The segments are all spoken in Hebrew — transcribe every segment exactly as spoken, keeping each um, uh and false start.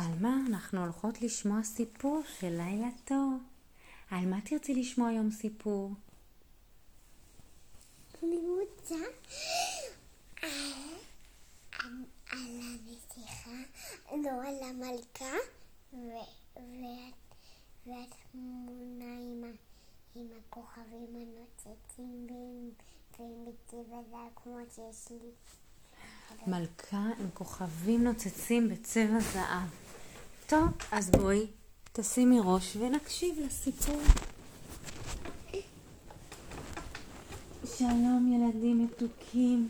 סלמה, אנחנו הולכות לשמוע סיפור של לילה טוב. על מה תרצי לשמוע היום סיפור? אני רוצה על, על, על הנסיכה, לא על המלכה, ו- ואת- והתמונה עם, ה- עם הכוכבים הנוצצים והם והם בצבע זהב כמו שיש לי. מלכה עם כוכבים נוצצים בצבע זהב. טוב, אז בואי תשימי ראש ונקשיב לסיפור. שלום ילדים מתוקים.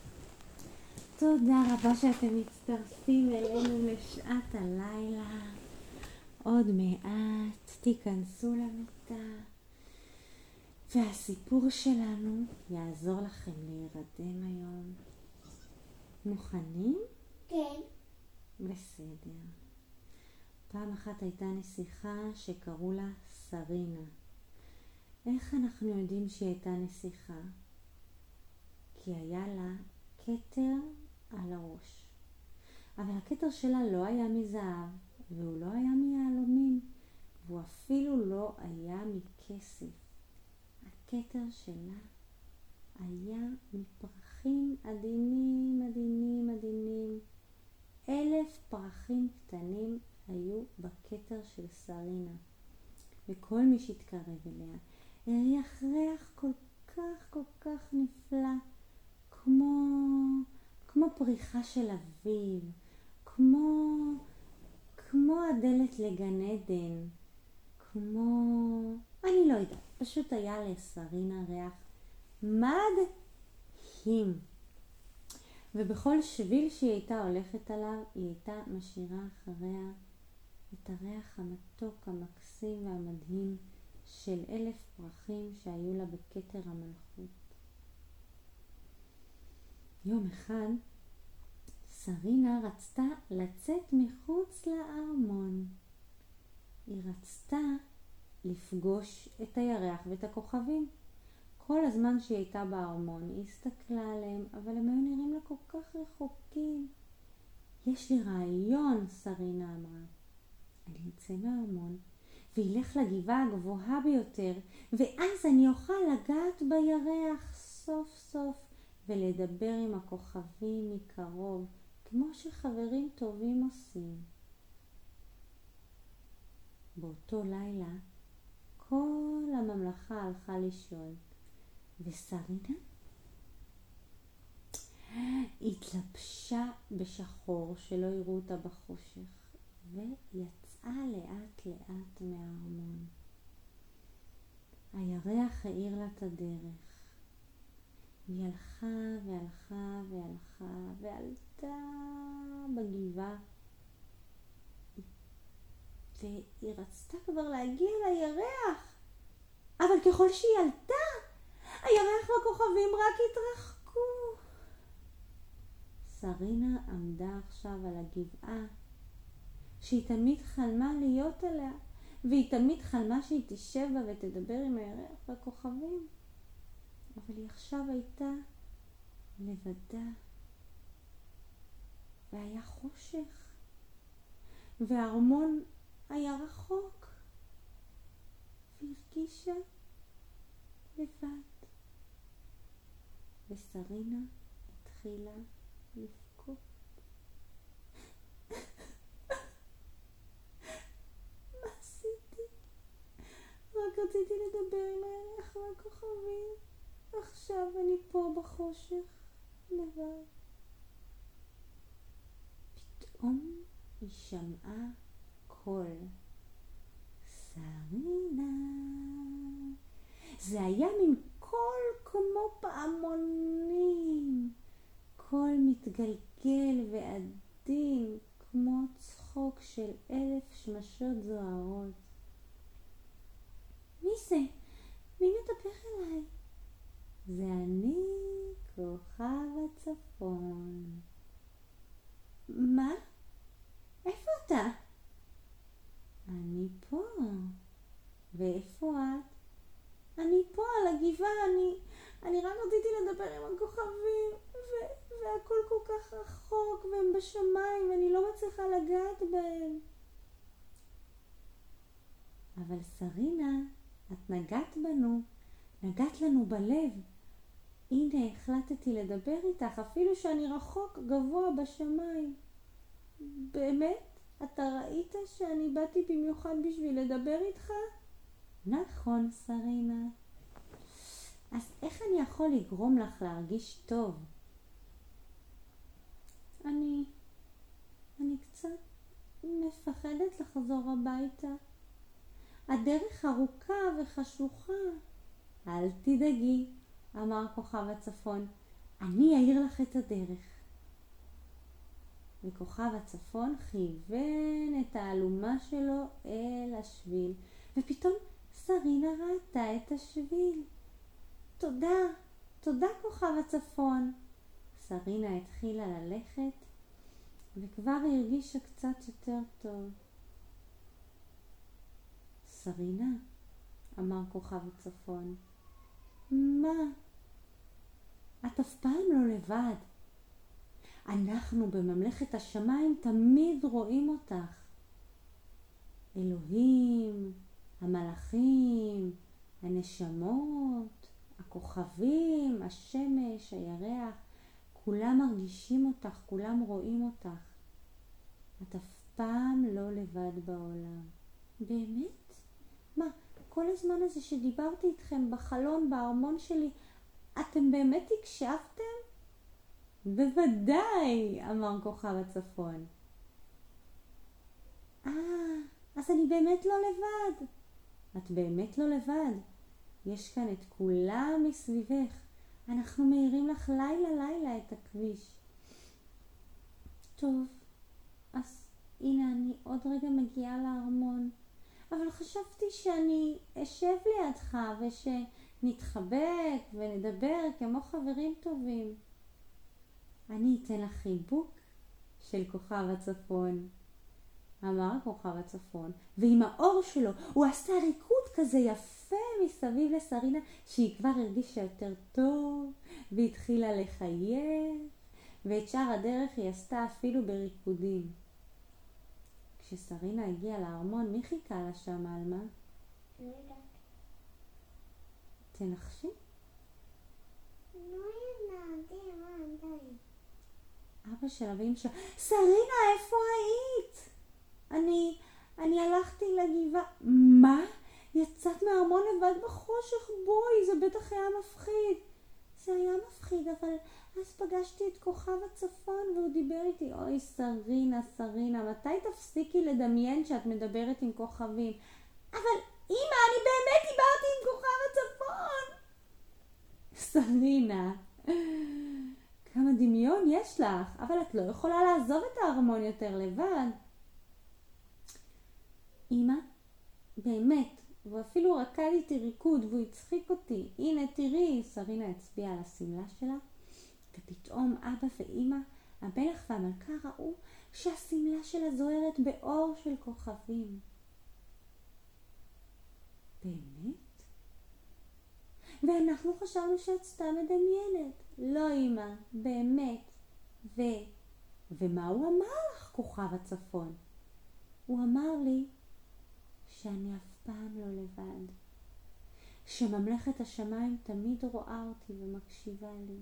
תודה רבה שאתם מצטרפים אלינו לשעת הלילה. עוד מעט תיכנסו למיטה. והסיפור שלנו יעזור לכם להירדם היום. מוכנים? כן. בסדר. פעם אחת הייתה נסיכה שקראו לה סרינה. איך אנחנו יודעים שהיא הייתה נסיכה? כי היה לה כתר על הראש. אבל הכתר שלה לא היה מזהב, והוא לא היה מיהלומים, והוא אפילו לא היה מכסף. הכתר שלה היה מפרחים עדינים, עדינים, עדינים. אלף פרחים קטנים היו בכתר של סרינה. וכל מי שהתקרב אליה הריח ריח כל כך כל כך נפלא, כמו, כמו פריחה של אביב, כמו, כמו הדלת לגן עדן, כמו, אני לא יודעת, פשוט היה לסרינה ריח מדהים. ובכל שביל שהיא הייתה הולכת עליו, היא הייתה משאירה אחריה את הריח המתוק, המקסים והמדהים של אלף פרחים שהיו לה בכתר המלכות. יום אחד סרינה רצתה לצאת מחוץ לארמון. היא רצתה לפגוש את הירח ואת הכוכבים. כל הזמן שהיא הייתה בארמון היא הסתכלה עליהם, אבל הם היו נראים לה כל כך רחוקים. יש לי רעיון, סרינה אמרה. אני אצא מהארמון וילך לגבעה הגבוהה ביותר, ואז אני אוכל לגעת בירח סוף סוף ולדבר עם הכוכבים מקרוב, כמו שחברים טובים עושים. באותו לילה כל הממלכה הלכה לישון, וסרינה התלבשה בשחור שלא יראו אותה בחושך, ויצאה לאט לאט מהארמון. הירח האיר לה את הדרך. היא הלכה והלכה והלכה ועלתה בגבעה, והיא רצתה כבר להגיע לירח, אבל ככל שהיא עלתה הירח והכוכבים רק התרחקו. סרינה עמדה עכשיו על הגבעה שהיא תמיד חלמה להיות עליה, והיא תמיד חלמה שהיא תשב בה ותדבר עם הירח והכוכבים, אבל היא עכשיו הייתה לבדה, והיה חושך, והארמון היה רחוק, והיא הרגישה לבד. וסרינה התחילה לבכות. מה עשיתי? רק רציתי לדבר עם הירח והכוכבים. עכשיו אני פה בחושך לבד. פתאום היא שמעה קול. סרינה. זה היה מין קול כמו פעמונים, קול מתגלגל ועדין כמו צחוק של אלף שמשות זוהרות. מי זה? מי מדבר אליי? זה אני, כוכב הצפון. מה? איפה אתה? אני פה. ואיפה את? אני פה על הגבעה, אני, אני רק רציתי לדבר עם הכוכבים, ו, והכל כל כך רחוק. רחוק והם בשמיים ואני לא מצליחה לגעת בהם. אבל סרינה, את נגעת בנו, נגעת לנו בלב. הנה החלטתי לדבר איתך אפילו שאני רחוק גבוה בשמיים. באמת? אתה ראית שאני באתי במיוחד בשביל לדבר איתך? נכון, סרינה. אז איך אני יכול לגרום לך להרגיש טוב? אני, אני קצת מפחדת לחזור הביתה. הדרך ארוכה וחשוכה. אל תדאגי, אמר כוכב הצפון. אני אעיר לך את הדרך. וכוכב הצפון כיוון את האלומה שלו אל השביל, ופתאום סרינה ראתה את השביל. תודה, תודה כוכב הצפון. סרינה התחילה ללכת, וכבר הרגישה קצת יותר טוב. סרינה, אמר כוכב הצפון, מה? את אף פעם לא לבד. אנחנו בממלכת השמיים תמיד רואים אותך. אלוהים, המלאכים, הנשמות, הכוכבים, השמש, הירח, כולם מרגישים אותך, כולם רואים אותך. את אף פעם לא לבד בעולם. באמת? מה, כל הזמן הזה שדיברתי איתכם בחלון, בארמון שלי, אתם באמת הקשבתם? בוודאי, אמר כוכב הצפון. אה, אז אני באמת לא לבד. את באמת לא לבד. יש כאן את כולם מסביבך. אנחנו מאירים לך לילה לילה את הכביש. טוב, אז הנה אני עוד רגע מגיעה לארמון. אבל חשבתי שאני אשב לידך ושנתחבק ונדבר כמו חברים טובים. אני אתן לך חיבוק של כוכב הצפון, אמר כוכב הצפון, ועם האור שלו הוא עשה ריקוד כזה יפה מסביב לסרינה, שהיא כבר הרגישה יותר טוב והתחילה לחייך, ואת שאר הדרך היא עשתה אפילו בריקודים. כשסרינה הגיעה לארמון, מי חיכה לה שם, אלמה? לא יודעת. תנחשי. לא יודעת, מה עדיין? אבא שלה ואמא שלה, סרינה, איפה היית? אני, אני הלכתי לגבעה. מה? יצאת מהארמון לבד בחושך? בואי, זה בטח היה מפחיד. זה היה מפחיד, אבל אז פגשתי את כוכב הצפון והוא דיבר איתי. אוי, סרינה, סרינה, מתי תפסיקי לדמיין שאת מדברת עם כוכבים? אבל אמא, אני באמת דיברתי עם כוכב הצפון. סרינה, כמה דמיון יש לך, אבל את לא יכולה לעזוב את הארמון יותר לבד. אמא, באמת, הוא אפילו רקד איתי ריקוד והוא הצחיק אותי. הנה תראי, סרינה הצביעה על הסמלה שלה, ופתאום אבא ואמא, המלך והמלכה, ראו שהסמלה שלה זוהרת באור של כוכבים. באמת? ואנחנו חשבנו שאת סתם מדמיינת. לא אמא, באמת. ו... ומה הוא אמר לך, כוכב הצפון? הוא אמר לי שאני אף פעם לא לבד. שממלכת השמיים תמיד רואה אותי ומקשיבה לי.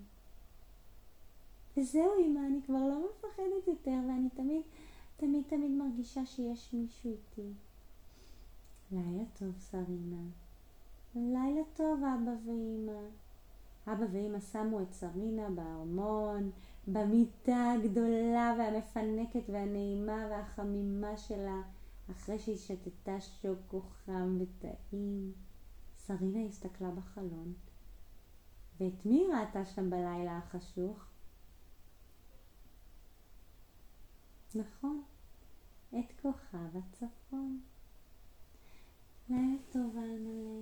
וזהו אמא, אני כבר לא מפחדת יותר, ואני תמיד, תמיד, תמיד מרגישה שיש מישהו איתי. לילה טוב, סרינה. לילה טוב, אבא ואמא. אבא ואמא שמו את סרינה בארמון, במיטה הגדולה והמפנקת והנעימה והחמימה שלה, אחרי שהיא שתתה שוקו חם וטעים. סרינה הסתכלה בחלון. ואת מי ראתה שם בלילה החשוך? נכון, את כוכב הצפון. לילה טוב, אלמלא.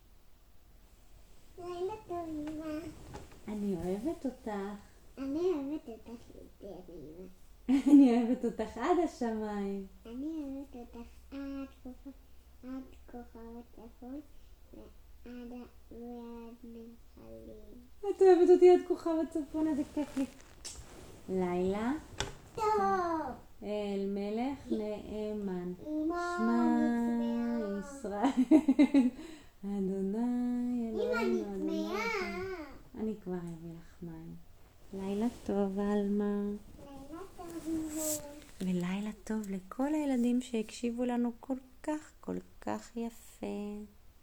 לילה טוב, אמא. אני אוהבת אותך. אני אוהבת אותך יותר, אמא. אני אוהבת אותך עד השמיים. אני אוהבת אותך עד כוכב, עד כוכב הצפון ועד ועד נחלים. את אוהבת אותי עד כוכב הצפון, איזה כיף לי. לילה טוב. אל מלך נאמן. אמא שמע נצמאה. ישראל, אדוני אמא אלוהינו אדוני אחד. נצמאה. אני כבר אביא לך מים. לילה טוב, אלמה. לילה טוב אמא. ולילה טוב לכל הילדים שהקשיבו לנו כל כך כל כך יפה.